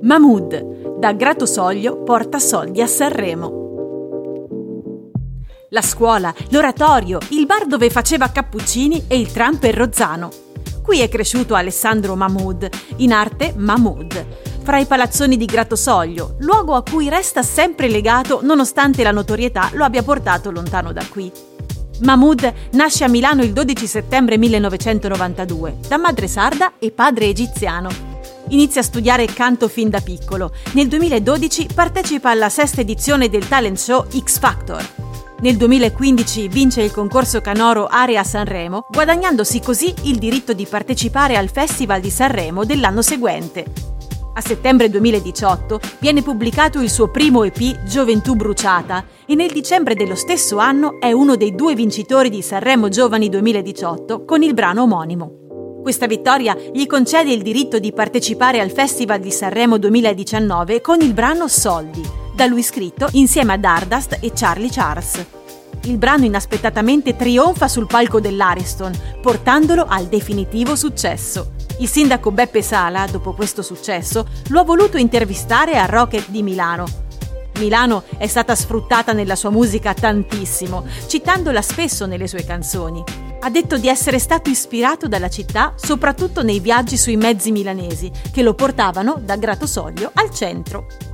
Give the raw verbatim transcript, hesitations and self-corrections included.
Mahmood, da Gratosoglio porta soldi a Sanremo. La scuola, l'oratorio, il bar dove faceva cappuccini e il tram per Rozzano. Qui è cresciuto Alessandro Mahmood, in arte Mahmood, fra i palazzoni di Gratosoglio, luogo a cui resta sempre legato nonostante la notorietà lo abbia portato lontano da qui. Mahmood nasce a Milano il dodici settembre millenovecentonovantadue, da madre sarda e padre egiziano. Inizia a studiare canto fin da piccolo. Nel duemiladodici partecipa alla sesta edizione del talent show X Factor. Nel duemilaquindici vince il concorso canoro Area Sanremo, guadagnandosi così il diritto di partecipare al Festival di Sanremo dell'anno seguente. A settembre duemiladiciotto viene pubblicato il suo primo E P Gioventù Bruciata e nel dicembre dello stesso anno è uno dei due vincitori di Sanremo Giovani duemiladiciotto con il brano omonimo. Questa vittoria gli concede il diritto di partecipare al Festival di Sanremo duemiladiciannove con il brano Soldi, da lui scritto insieme ad Ardast e Charlie Charles. Il brano inaspettatamente trionfa sul palco dell'Ariston, portandolo al definitivo successo. Il sindaco Beppe Sala, dopo questo successo, lo ha voluto intervistare a Rocket di Milano. Milano è stata sfruttata nella sua musica tantissimo, citandola spesso nelle sue canzoni. Ha detto di essere stato ispirato dalla città soprattutto nei viaggi sui mezzi milanesi, che lo portavano da Gratosoglio al centro.